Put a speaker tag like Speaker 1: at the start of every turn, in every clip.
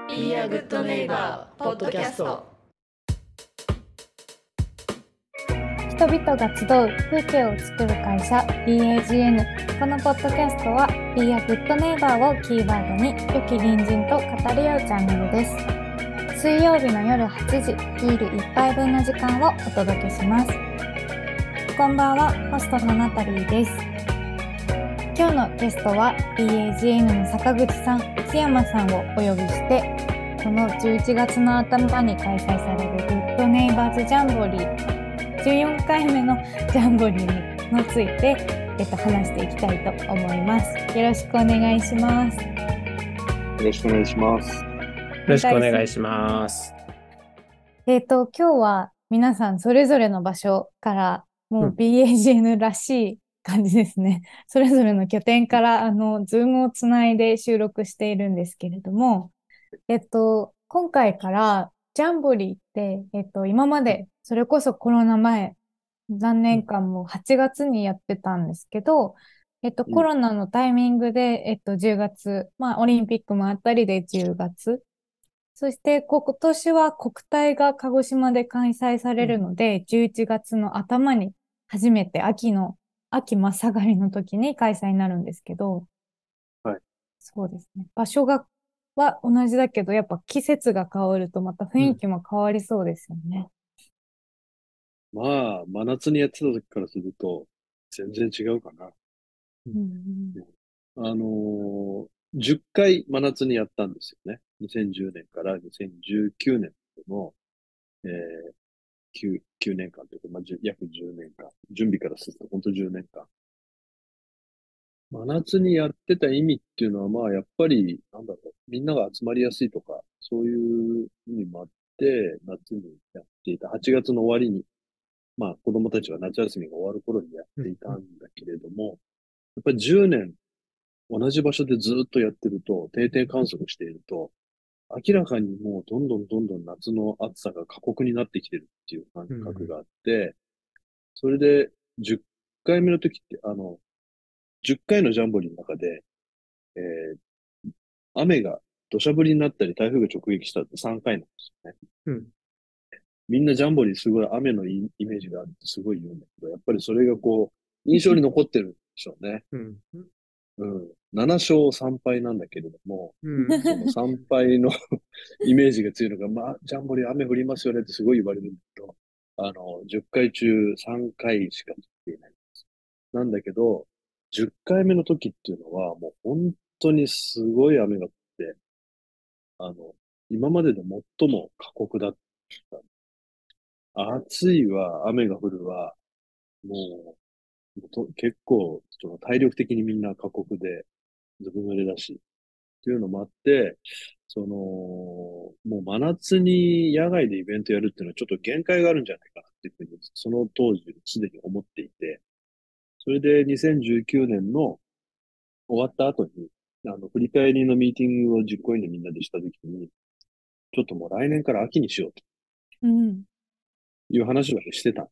Speaker 1: Be a Good Neighbor ポッドキャスト。
Speaker 2: 人々が集う風景を作る会社 BAGN。 このポッドキャストは Be a Good Neighbor をキーワードに良き隣人と語り合うチャンネルです。水曜日の夜8時、ビール1杯分の時間をお届けします。こんばんは、ホストのナタリーです。今日のゲストは BAGN の坂口さん、内山さんをお呼びして、この11月の頭に開催されるグッドネイバーズジャンボリー14回目のジャンボリーについて、話していきたいと思います。よろしくお願いします。
Speaker 3: よろしくお願いします。
Speaker 4: よろしくお願いします。
Speaker 2: 今日は皆さんそれぞれの場所からもう BAGN らしい感じですね。それぞれの拠点からズームをつないで収録しているんですけれども、今回からジャンボリーって、今までそれこそコロナ前何年間も8月にやってたんですけど、コロナのタイミングで、10月、オリンピックもあったりで10月。そして今年は国体が鹿児島で開催されるので、11月の頭に初めて秋真っ盛りの時に開催になるんですけど、
Speaker 3: はい。
Speaker 2: そうですね。場所は同じだけど、やっぱ季節が変わるとまた雰囲気も変わりそうですよね。
Speaker 3: まあ、真夏にやってた時からすると、全然違うかな。10回真夏にやったんですよね。2010年から2019年の、9年間というか、約10年間。準備からすると本当10年間。真夏にやってた意味っていうのは、やっぱり、みんなが集まりやすいとか、そういう意味もあって、夏にやっていた。8月の終わりに、子供たちが夏休みが終わる頃にやっていたんだけれども、やっぱり10年同じ場所でずっとやってると、定点観測していると、明らかにもうどんどんどんどん夏の暑さが過酷になってきてるっていう感覚があって、それで10回目の時って、10回のジャンボリーの中で、えー雨が土砂降りになったり台風が直撃したって3回なんですよね。みんなジャンボリーすごい雨のイメージがあるってすごい言うんだけど、やっぱりそれが印象に残ってるんでしょうね。7勝3敗なんだけれども、その3敗のイメージが強いのが、ジャンボリー雨降りますよねってすごい言われるんだけど、10回中3回しか降っていない。なんだけど、10回目の時っていうのは、もう本当にすごい雨が降って、あの、今までで最も過酷だった。暑いわ、雨が降るわ、も結構、その体力的にみんな過酷で、ずぶ濡れだし、っていうのもあって、もう真夏に野外でイベントやるっていうのはちょっと限界があるんじゃないかなっていうふうに、その当時すでに思っていて、それで2019年の終わった後に、振り返りのミーティングを実行委員でみんなでしたときに、ちょっともう来年から秋にしようという話をしてたん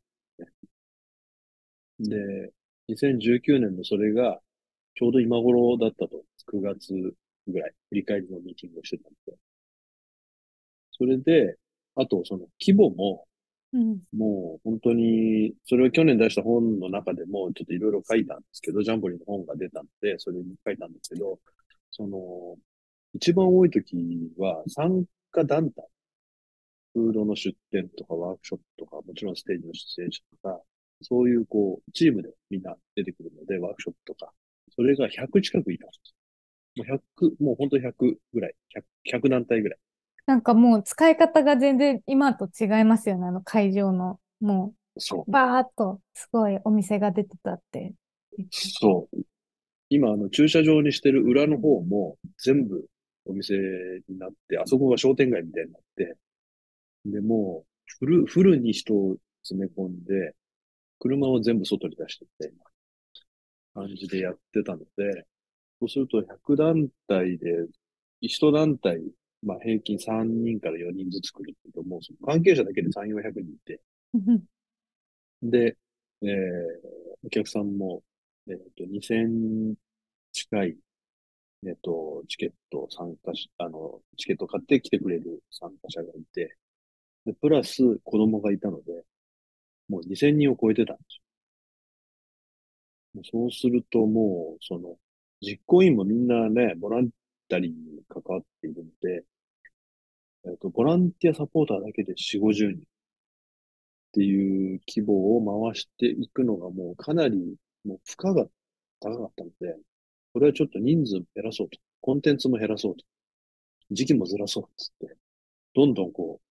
Speaker 3: ですね。で、2019年のそれがちょうど今頃だったと、9月ぐらい、振り返りのミーティングをしてたんで。それで、あとその規模も、もう本当に、それを去年出した本の中でもちょっといろいろ書いたんですけど、ジャンボリーの本が出たので、それに書いたんですけど、一番多い時は参加団体、フードの出展とかワークショップとか、もちろんステージの出演者とか、そういうチームでみんな出てくるので、ワークショップとか、それが100近くいたんです。もう100、もう本当に100ぐらい、100団体ぐらい。
Speaker 2: なんかもう使い方が全然今と違いますよね。会場の。もう、バーっとすごいお店が出てたって。
Speaker 3: そう。今、駐車場にしてる裏の方も全部お店になって、あそこが商店街みたいになって、で、もう、フルに人を詰め込んで、車を全部外に出してみたいな感じでやってたので、そうすると100団体で、1団体、平均3人から4人ずつ来るけども、その関係者だけで3、400人いて、で、お客さんも、2000近いチケット参加し、チケット買って来てくれる参加者がいて、で、プラス子供がいたので、もう2000人を超えてたんですよ。もうそうするともう、実行委員もみんなね、ボランタリーに関わっているので、ボランティアサポーターだけで4、50人っていう規模を回していくのがもうかなり、もう負荷が高かったので、これはちょっと人数減らそうと。コンテンツも減らそうと。時期もずらそうっつって、どんどん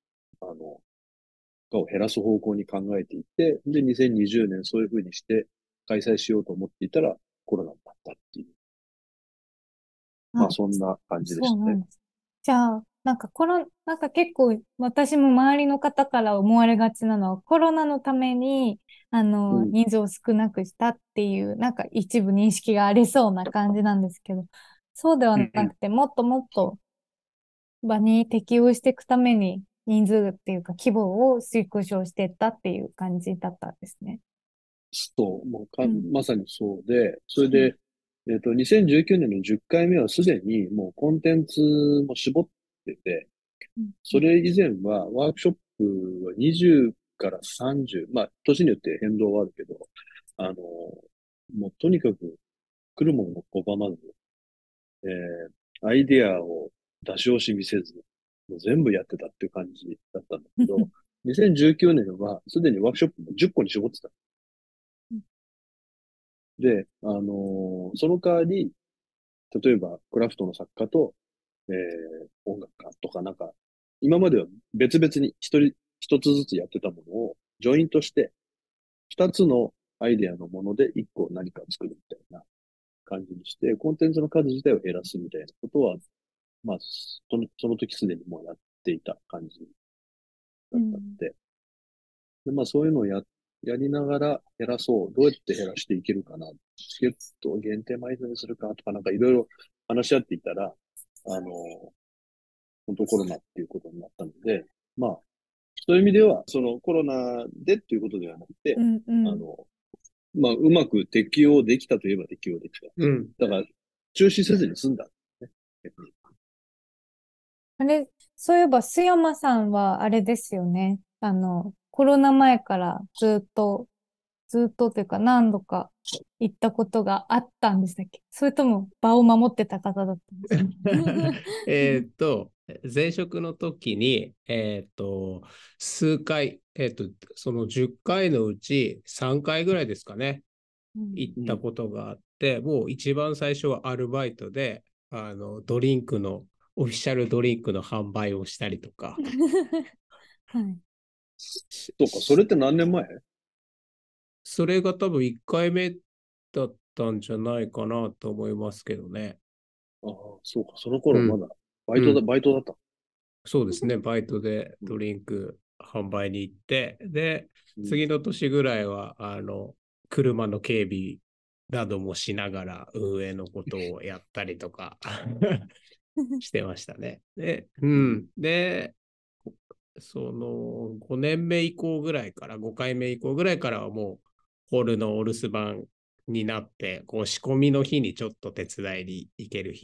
Speaker 3: 負荷を減らす方向に考えていって、で、2020年そういう風にして開催しようと思っていたらコロナになったっていう。まあ
Speaker 2: あ、
Speaker 3: そんな感じでしたね。
Speaker 2: そうなんです。じゃあ、なんか結構私も周りの方から思われがちなのは、コロナのために、
Speaker 3: うん。
Speaker 2: 人数を少なくしたっていう、なんか一部認識がありそうな感じなんですけど、そうでは
Speaker 3: うん。
Speaker 2: なくて、もっともっと場に適応していくために、人数っていうか規模を縮小していったっていう感じだったんですね。
Speaker 3: そう、もう
Speaker 2: うん。
Speaker 3: まさにそうで、それ
Speaker 2: うん。
Speaker 3: で、2019年の10回目はすでにもうコンテンツも絞ってて、
Speaker 2: うん。
Speaker 3: それ以前はワークショップは20から30、まあ、年によって変動はあるけど、もうとにかく来るものを拒まず、アイデアを出し惜しみせず、もう全部やってたっていう感じだったんだけど、2019年はすでにワークショップも10個に絞ってた。で、その代わり、例えばクラフトの作家と、音楽家とかなんか、今までは別々に一つずつやってたものを、ジョイントして、二つのアイデアのもので一個何か作るみたいな感じにして、コンテンツの数自体を減らすみたいなことは、まあ、その時すでにもうやっていた感じだったの
Speaker 2: うん。
Speaker 3: で、で、まあそういうのをやりながら減らそう。どうやって減らしていけるかな。チケットを限定枚数にするかとかなんかいろいろ話し合っていたら、本当コロナっていうことになったので、まあ、そういう意味では、そのコロナでっていうことではなくて、
Speaker 2: うんうん。
Speaker 3: あの、まあ、うまく適用できたといえば適用できた。
Speaker 4: うん。
Speaker 3: だから、中止せずに済んだ、ね。逆に。
Speaker 2: あれ、そういえば、須山さんはあれですよね。コロナ前からずっとというか何度か行ったことがあったんでしたっけ？それとも場を守ってた方だったんですか？
Speaker 4: えーっと、前職の時に、数回、その10回のうち3回ぐらいですかね、
Speaker 2: うん。
Speaker 4: 行ったことがあって、もう一番最初はアルバイトで、ドリンクの、オフィシャルドリンクの販売をしたりとか、
Speaker 2: はい。
Speaker 4: し
Speaker 3: そうか、それっ
Speaker 4: し
Speaker 3: て何年前？
Speaker 4: それが多分1回目だったんじゃないかなと思いますけどね。
Speaker 3: ああ、そうか、その
Speaker 4: うん。
Speaker 3: 頃まだ、
Speaker 4: うん。
Speaker 3: バイトだった。
Speaker 4: そうですね。バイトで
Speaker 3: うん。
Speaker 4: ドリンク販売に行って、で、
Speaker 3: うん。
Speaker 4: 次の年ぐらいは、車の警備などもしながら運営のことをやったりとかしてましたね。で、う
Speaker 3: うん。
Speaker 4: ん。で、その5年目以降ぐらいから、5回目以降ぐらいからはもう、ホールのお留守番になって、こう仕込みの日にちょっと手伝いに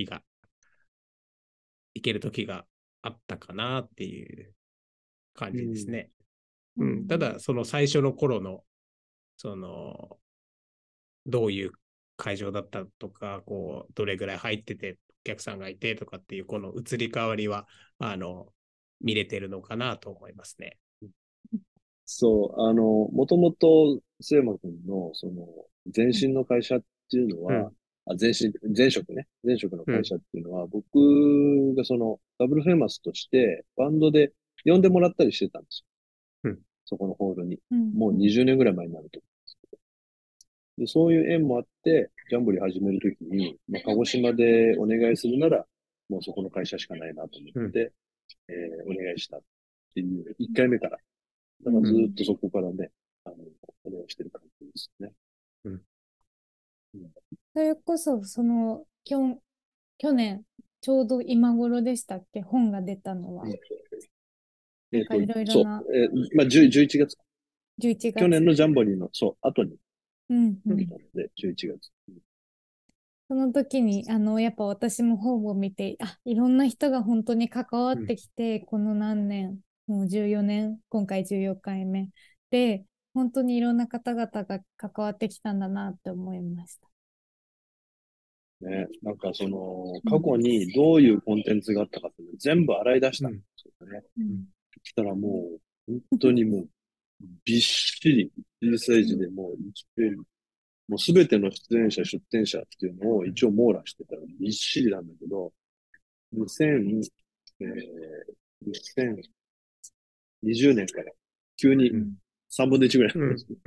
Speaker 4: 行ける時があったかなっていう感
Speaker 3: うん。
Speaker 4: じですね。
Speaker 2: う
Speaker 4: うん。た
Speaker 2: ん。
Speaker 4: だ、その最初の頃の、その、どういう会場だったとか、こう、どれぐらい入ってて、お客さんがいてとかっていう、この移り変わりは、見れてるのかなと思いますね。
Speaker 3: そう、もともと、須山君の、前
Speaker 2: うん。
Speaker 3: 身の会社っていうのは、
Speaker 4: うん。
Speaker 3: 前職ね。前職の
Speaker 4: うん。
Speaker 3: 会社っていうのは、僕がダブルフェイマスとして、バンドで呼んでもらったりしてたんですよ。
Speaker 4: うん。
Speaker 3: そこのホールに。
Speaker 2: うん。
Speaker 3: もう
Speaker 2: うん。
Speaker 3: 20年ぐらい前になると。で、そういう縁もあって、ジャンボリー始めるときに、まあ、鹿児島でお願いするなら、もうそこの会社しかないなと思っ
Speaker 4: うん。
Speaker 3: て、お願いしたっていう、1回目から。だからずーっ
Speaker 2: うん。
Speaker 3: とそこからね、あの、お願いしてる感じですね。
Speaker 4: うん。
Speaker 3: うん。
Speaker 2: それこそ、去年、ちょうど今頃でしたっけ？本が出たのは。
Speaker 3: うん。
Speaker 2: なんかいろいろ
Speaker 3: そ
Speaker 2: な、
Speaker 3: う、まあ、11月。
Speaker 2: 11月。
Speaker 3: 去年のジャンボリーの、そう、後に
Speaker 2: うんうん。
Speaker 3: 出たので、11月。
Speaker 2: その時に、やっぱ私も本を見て、いろんな人が本当に関わってきて、この何年、もう14年、今回14回目で、本当にいろんな方々が関わってきたんだなって思いました。
Speaker 3: ね。なんかその、過去にどういうコンテンツがあったかっていうのを全部洗い出したんですよね。そしたらもう、本当にもう、びっしり、小さい字でもう1ページ、もうすべての出演者、出展者っていうのを一応網羅してたらびっしりなんだけど、2000、2020年から急に3分の1ぐらいなんですよ。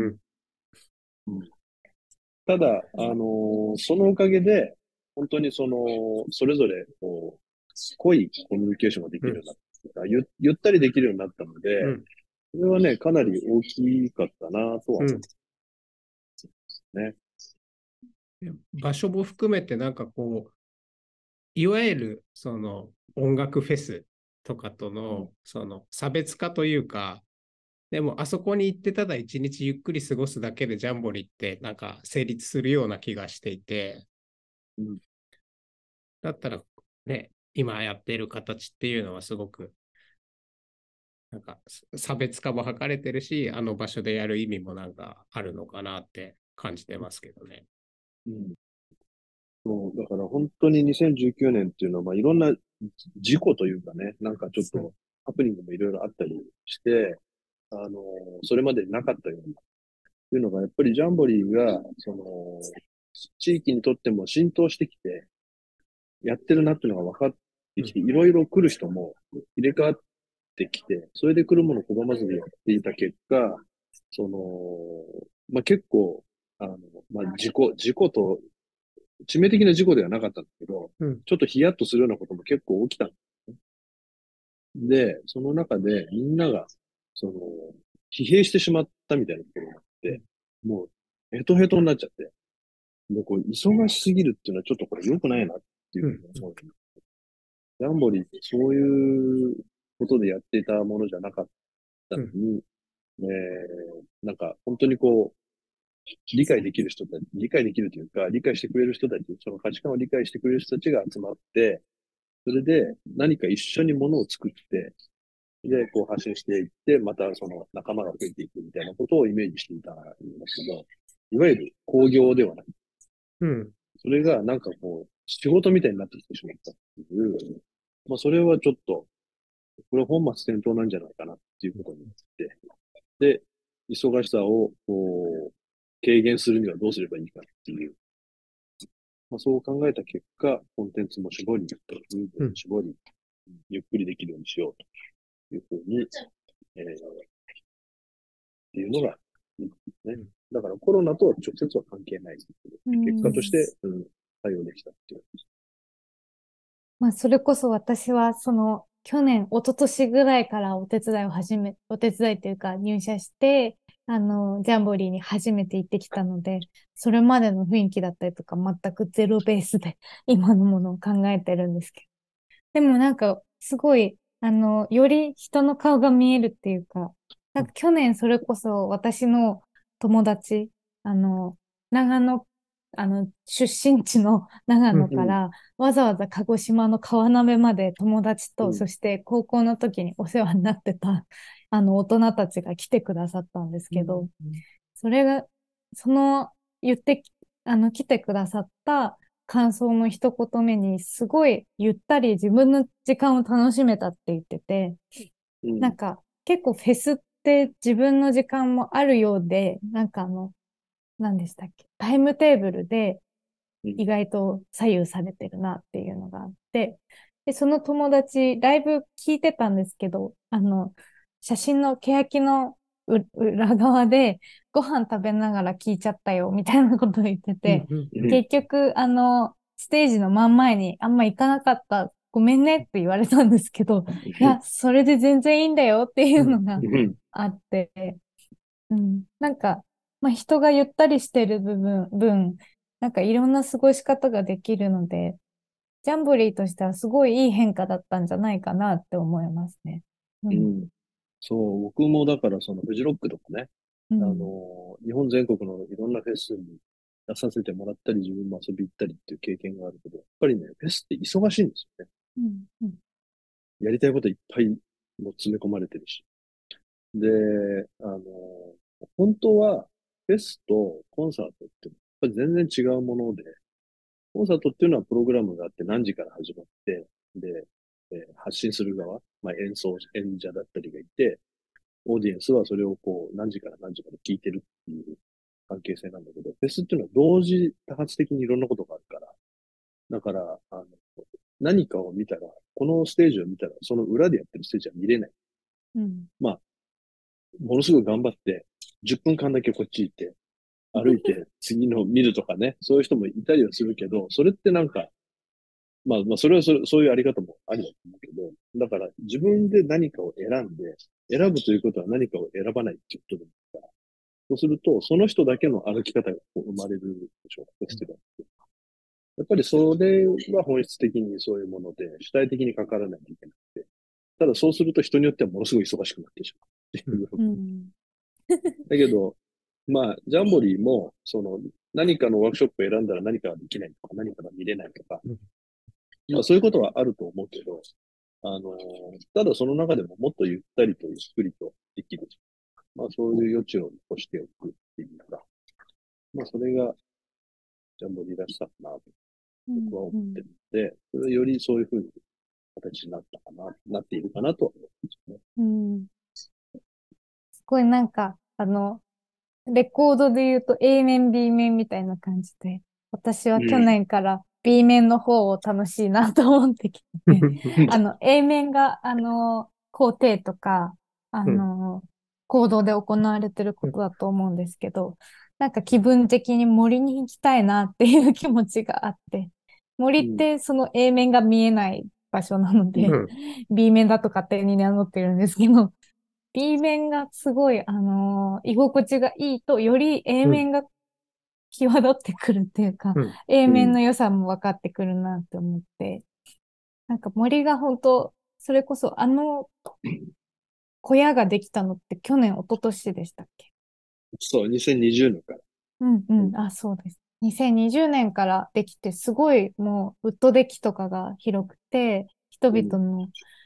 Speaker 3: ただ、そのおかげで、本当にその、それぞれ、こう、濃いコミュニケーションができるようになった、ゆったりできるようになったので、それはね、かなり大きかったなとは思いますね。
Speaker 4: 場所も含めてなんかこう、いわゆるその音楽フェスとかとのその差別化というか、でもあそこに行ってただ一日ゆっくり過ごすだけでジャンボリーってなんか成立するような気がしていて、だったらね、今やっている形っていうのはすごくなんか差別化も図れてるし、あの場所でやる意味もなんかあるのかなって感じてますけどね。
Speaker 3: そう、だから本当に2019年っていうのは、まあ、いろんな事故というかね、なんかちょっとハプニングもいろいろあったりして、それまでになかったような、というのが、やっぱりジャンボリーが、その、地域にとっても浸透してきて、やってるなっていうのが分かってきて、いろいろ来る人も入れ替わってきて、それで来るものを拒まずにやっていた結果、その、まあ、結構、まあ、事故と、致命的な事故ではなかったんだけど、ちょっとヒヤッとするようなことも結構起きたんですね。で、その中でみんなが、その、疲弊してしまったみたいなところがあって、もう、ヘトヘトになっちゃって、で、こう、忙しすぎるっていうのはちょっとこれ良くないなっていうふうに思う。ジャンボリーってそういうことでやっていたものじゃなかったのに、なんか本当にこう、理解できる人たち、理解できるというか、理解してくれる人たち、その価値観を理解してくれる人たちが集まって、それで何か一緒にものを作って、で、こう発信していって、またその仲間が増えていくみたいなことをイメージしていたんですけど、いわゆる工業ではない。それがなんかこう、仕事みたいになってきてしまったっていう、まあそれはちょっと、これは本末転倒なんじゃないかなっていうことになって、で、忙しさをこう、軽減するにはどうすればいいかっていう、まあそう考えた結果、コンテンツも絞り、人数も絞り、ゆっくりできるようにしようというふうに、っていうのがいいですね。だからコロナとは直接は関係ないですけど、結果として、対応できたっていう。
Speaker 2: まあ、それこそ私は、去年、一昨年ぐらいからお手伝いというか入社して、ジャンボリーに初めて行ってきたので、それまでの雰囲気だったりとか、全くゼロベースで今のものを考えてるんですけど。でもなんか、すごい、より人の顔が見えるっていうか、なんか去年それこそ私の友達、長野、出身地の長野からわざわざ鹿児島の川辺まで友達と、そして高校の時にお世話になってた、大人たちが来てくださったんですけど、それが、その、言って、来てくださった感想の一言目に、すごいゆったり自分の時間を楽しめたって言ってて、なんか結構フェスって自分の時間もあるようで、なんか何でしたっけ、タイムテーブルで意外と左右されてるなっていうのがあって、で、その友達、ライブ聞いてたんですけど、写真の欅の裏側でご飯食べながら聞いちゃったよみたいなことを言ってて、結局、ステージの真ん前にあんま行かなかった、ごめんねって言われたんですけど、いや、それで全然いいんだよっていうのがあって、なんか、まあ、人がゆったりしてる分、なんかいろんな過ごし方ができるので、ジャンボリーとしてはすごいいい変化だったんじゃないかなって思いますね。
Speaker 3: そう、僕もだからそのフジロックとかね、日本全国のいろんなフェスに出させてもらったり、自分も遊び行ったりっていう経験があるけど、やっぱりね、フェスって忙しいんですよね。
Speaker 2: うんうん
Speaker 3: やりたいこといっぱいもう詰め込まれてるし。で、本当は、フェスとコンサートってやっぱり全然違うもので、コンサートっていうのはプログラムがあって何時から始まって、で、発信する側、まあ、演者だったりがいて、オーディエンスはそれをこう何時から何時まで聞いてるっていう関係性なんだけど、フェスっていうのは同時多発的にいろんなことがあるから、だから、何かを見たら、このステージを見たら、その裏でやってるステージは見れない。
Speaker 2: うん
Speaker 3: まあ、ものすごい頑張って、10分間だけこっち行って、歩いて次の見るとかね、そういう人もいたりはするけど、それってなんか、まあ、それはそういうあり方もありだと思うけど、だから自分で何かを選んで、選ぶということは何かを選ばないっていうことだから、そうすると、その人だけの歩き方がこう生まれるでしょう、フェスティバルって。やっぱりそれは本質的にそういうもので、主体的にかからないといけなくて、ただそうすると人によってはものすごい忙しくなってしまうっていう。
Speaker 2: うん
Speaker 3: だけど、まあ、ジャンボリーも、何かのワークショップを選んだら何かができないとか、何かが見れないとか、まあそういうことはあると思うけど、ただその中でももっとゆったりとゆっくりとできる。まあそういう余地を残しておくっていうのが、まあそれがジャンボリーらしさかなと僕は思ってるので、それはよりそういうふうに形になったかな、なっているかなとは思うんですよね。
Speaker 2: うんすごいなんか、レコードで言うと A 面、B 面みたいな感じで、私は去年から B 面の方を楽しいなと思ってきて、A 面が、工程とか、あ
Speaker 4: うん
Speaker 2: の、行動で行われてることだと思うんですけど、なんか気分的に森に行きたいなっていう気持ちがあって、森ってその A 面が見えない場所なので、
Speaker 4: うん
Speaker 2: B 面だと勝手に名乗ってるんですけど、B 面がすごい、居心地がいいと、より A
Speaker 4: うん
Speaker 2: 面が際立ってくるっていうか、
Speaker 4: うん
Speaker 2: A
Speaker 3: うん。
Speaker 2: 面の良さも分かってくるなって思って、なんか森が本当、それこそ小屋ができたのって去年、一昨年でしたっけ？
Speaker 3: そう、2020年から。
Speaker 2: うんう
Speaker 3: うん。
Speaker 2: ん、あ、そうです。2020年からできて、すごいもうウッドデッキとかが広くて、人
Speaker 3: うん。
Speaker 2: 々の、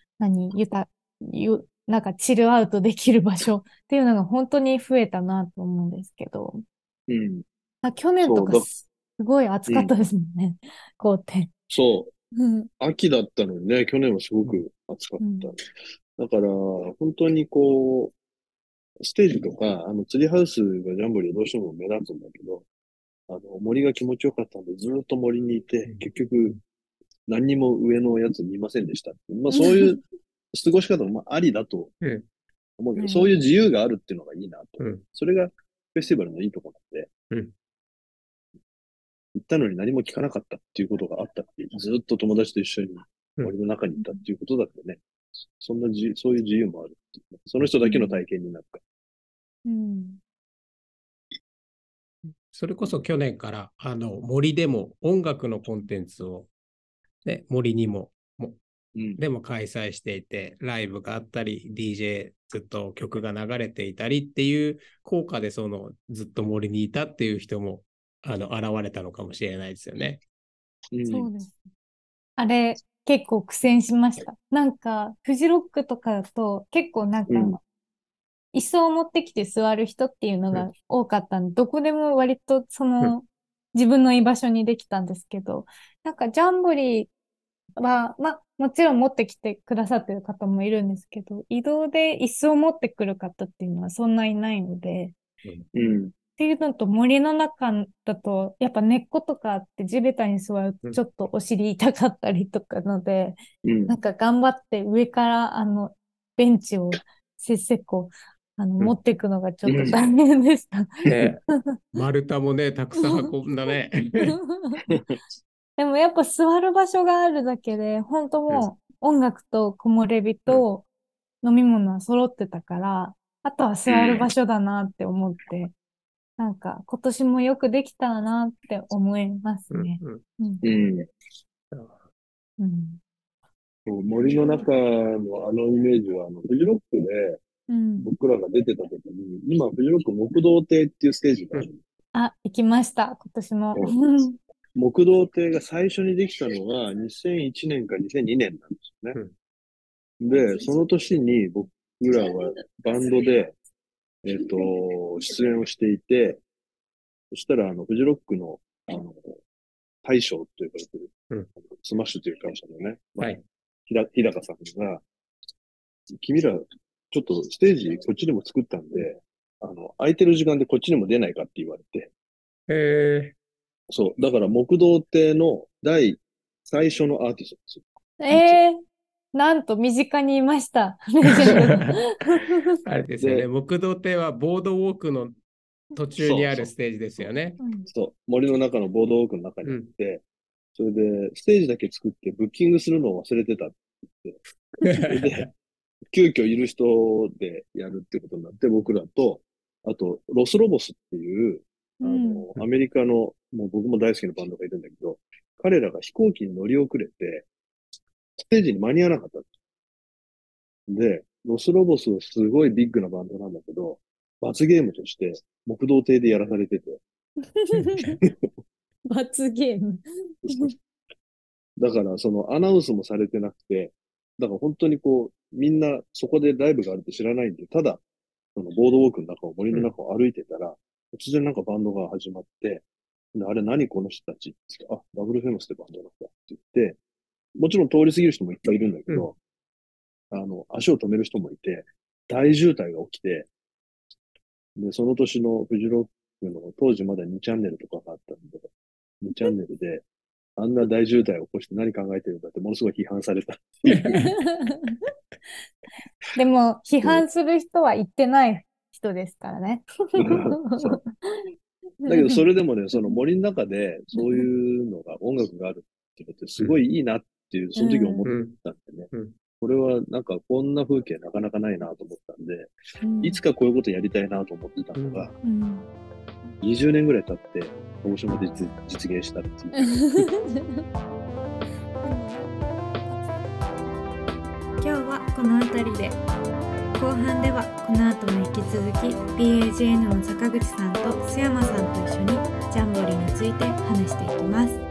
Speaker 2: なんかチルアウトできる場所っていうのが本当に増えたなと思うんですけど、
Speaker 3: うん。
Speaker 2: 去年と
Speaker 3: そう、
Speaker 2: かすごい暑
Speaker 3: うん。
Speaker 2: かったですもんね、校庭。
Speaker 3: そう。
Speaker 2: うん、
Speaker 3: 秋だったのにね、去年はすごく暑かった。
Speaker 2: うん、
Speaker 3: だから、本当にこステージとか、ツリーハウスがジャンボリーどうしても目立つんだけど、森が気持ちよかったんで、ずーっと森にいて、結局、何にも上のやつ見ませんでした。まあ、そういう過ごし方もまあありだと
Speaker 4: うん
Speaker 3: 思うけど、そう
Speaker 2: はい。
Speaker 3: いう自由があるっていうのがいいなと。
Speaker 4: うん
Speaker 3: それがフェスティバルのいいところなんで、
Speaker 4: うん
Speaker 3: 行ったのに何も聞かなかったっていうことがあったって、ずーっと友達と一緒に
Speaker 4: うん
Speaker 3: 森の中にいたっていうことだってね、そういう自由もあるっていうね、その人だけの体験になるか
Speaker 2: うん、
Speaker 4: それこそ去年から森でも音楽のコンテンツを、ね、森にも
Speaker 3: ら。うん。
Speaker 4: でも開催していて、ライブがあったり、DJ ずっと曲が流れていたりっていう効果で、ずっと森にいたっていう人も、現れたのかもしれないですよね。
Speaker 3: うん。
Speaker 2: そうです。あれ、結構苦戦しました。なんか、フジロックとかだと、結構なんか
Speaker 3: うん。
Speaker 2: 椅子を持ってきて座る人っていうの
Speaker 4: うん、
Speaker 2: が多かったんで、どこでも割と
Speaker 4: うん、
Speaker 2: 自分の居場所にできたんですけど、なんかジャンボリーは、まあ、もちろん持ってきてくださってる方もいるんですけど、移動で椅子を持ってくる方っていうのはそんなにないので、
Speaker 3: うん。
Speaker 2: っていうのと森の中だと、やっぱ根っことかあって地べたに座ると
Speaker 4: うん、
Speaker 2: ちょっとお尻痛かったりとかので、
Speaker 3: うん。
Speaker 2: なんか頑張って上からベンチをせっせこ
Speaker 4: うん。
Speaker 2: 持っていくのがちょっと大
Speaker 3: うん。
Speaker 2: 変でした。
Speaker 4: ね、丸太もね、たくさん運んだね。
Speaker 2: でもやっぱ座る場所があるだけで、本当
Speaker 4: うん、
Speaker 2: もう音楽と木漏れ日
Speaker 4: うん、
Speaker 2: と飲み物は揃ってたから、あとは座る場所だなって思って、なんか今年もよくできたなって思います
Speaker 4: うん、
Speaker 2: ね。
Speaker 4: うん。
Speaker 2: うん。
Speaker 3: うん。
Speaker 2: うん。
Speaker 3: そう森の中のあのイメージは、フジロックで
Speaker 2: うん。
Speaker 3: 僕らが出てた時に、今、フジロック木道亭っていうステージが
Speaker 4: うん、
Speaker 3: ある。
Speaker 2: 行きました、今年も。
Speaker 3: 木道亭が最初にできたのが2001年か2002年なんですよね。で、その年に僕らはバンドで、出演をしていて、そしたら、フジロックの、大将と呼ばれてる、スマッシュという会社のね、
Speaker 4: はい。
Speaker 3: 日高さんが、君ら、ちょっとステージこっちにも作ったんで、空いてる時間でこっちにも出ないかって言われて、そう。だから、木道亭の最初のアーティストですよ。
Speaker 2: なんと身近にいました。レジェンドが。
Speaker 4: あれですよね。木道亭はボードウォークの途中にあるステージですよね。
Speaker 3: そう。森の中のボードウォークの中にあって、それで、ステージだけ作ってブッキングするのを忘れてたって言って、それで、急遽いる人でやるってことになって、僕らと、あと、ロスロボスっていう、アメリカの、もう僕も大好きなバンドがいるんだけど、彼らが飛行機に乗り遅れて、ステージに間に合わなかったんです。で、ロスロボスはすごいビッグなバンドなんだけど、罰ゲームとして木道亭でやらされてて。
Speaker 2: 罰ゲーム。
Speaker 3: だから、そのアナウンスもされてなくて、だから本当にこう、みんなそこでライブがあるって知らないんで、ただ、そのボードウォークの中を、森の中を歩いてたら、突然なんかバンドが始まって、であれ何この人たちってあ、ダブルフェノスってバンドなんだって言って、もちろん通り過ぎる人もいっぱいいるんだけど、足を止める人もいて、大渋滞が起きて、で、その年のフジロックの当時まだ2チャンネルとかがあったんで、2チャンネルで、あんな大渋滞を起こして何考えてるんだってものすごい批判されたっていう。
Speaker 2: でも、批判する人は言ってない人ですからね。
Speaker 3: そうだけど、それでもね、その森の中でそういうのが、音楽があるってことですごいいいなっていう、その時思ったんでね。これはなんかこんな風景なかなかないなと思ったんで、いつかこういうことやりたいなと思ってたのが、20年ぐらい経って、鹿児島で実現したっていう。
Speaker 1: 今日はこの辺りで。後半ではこの後も引き続き BAJN の坂口さんと須山さんと一緒にジャンボリーについて話していきます。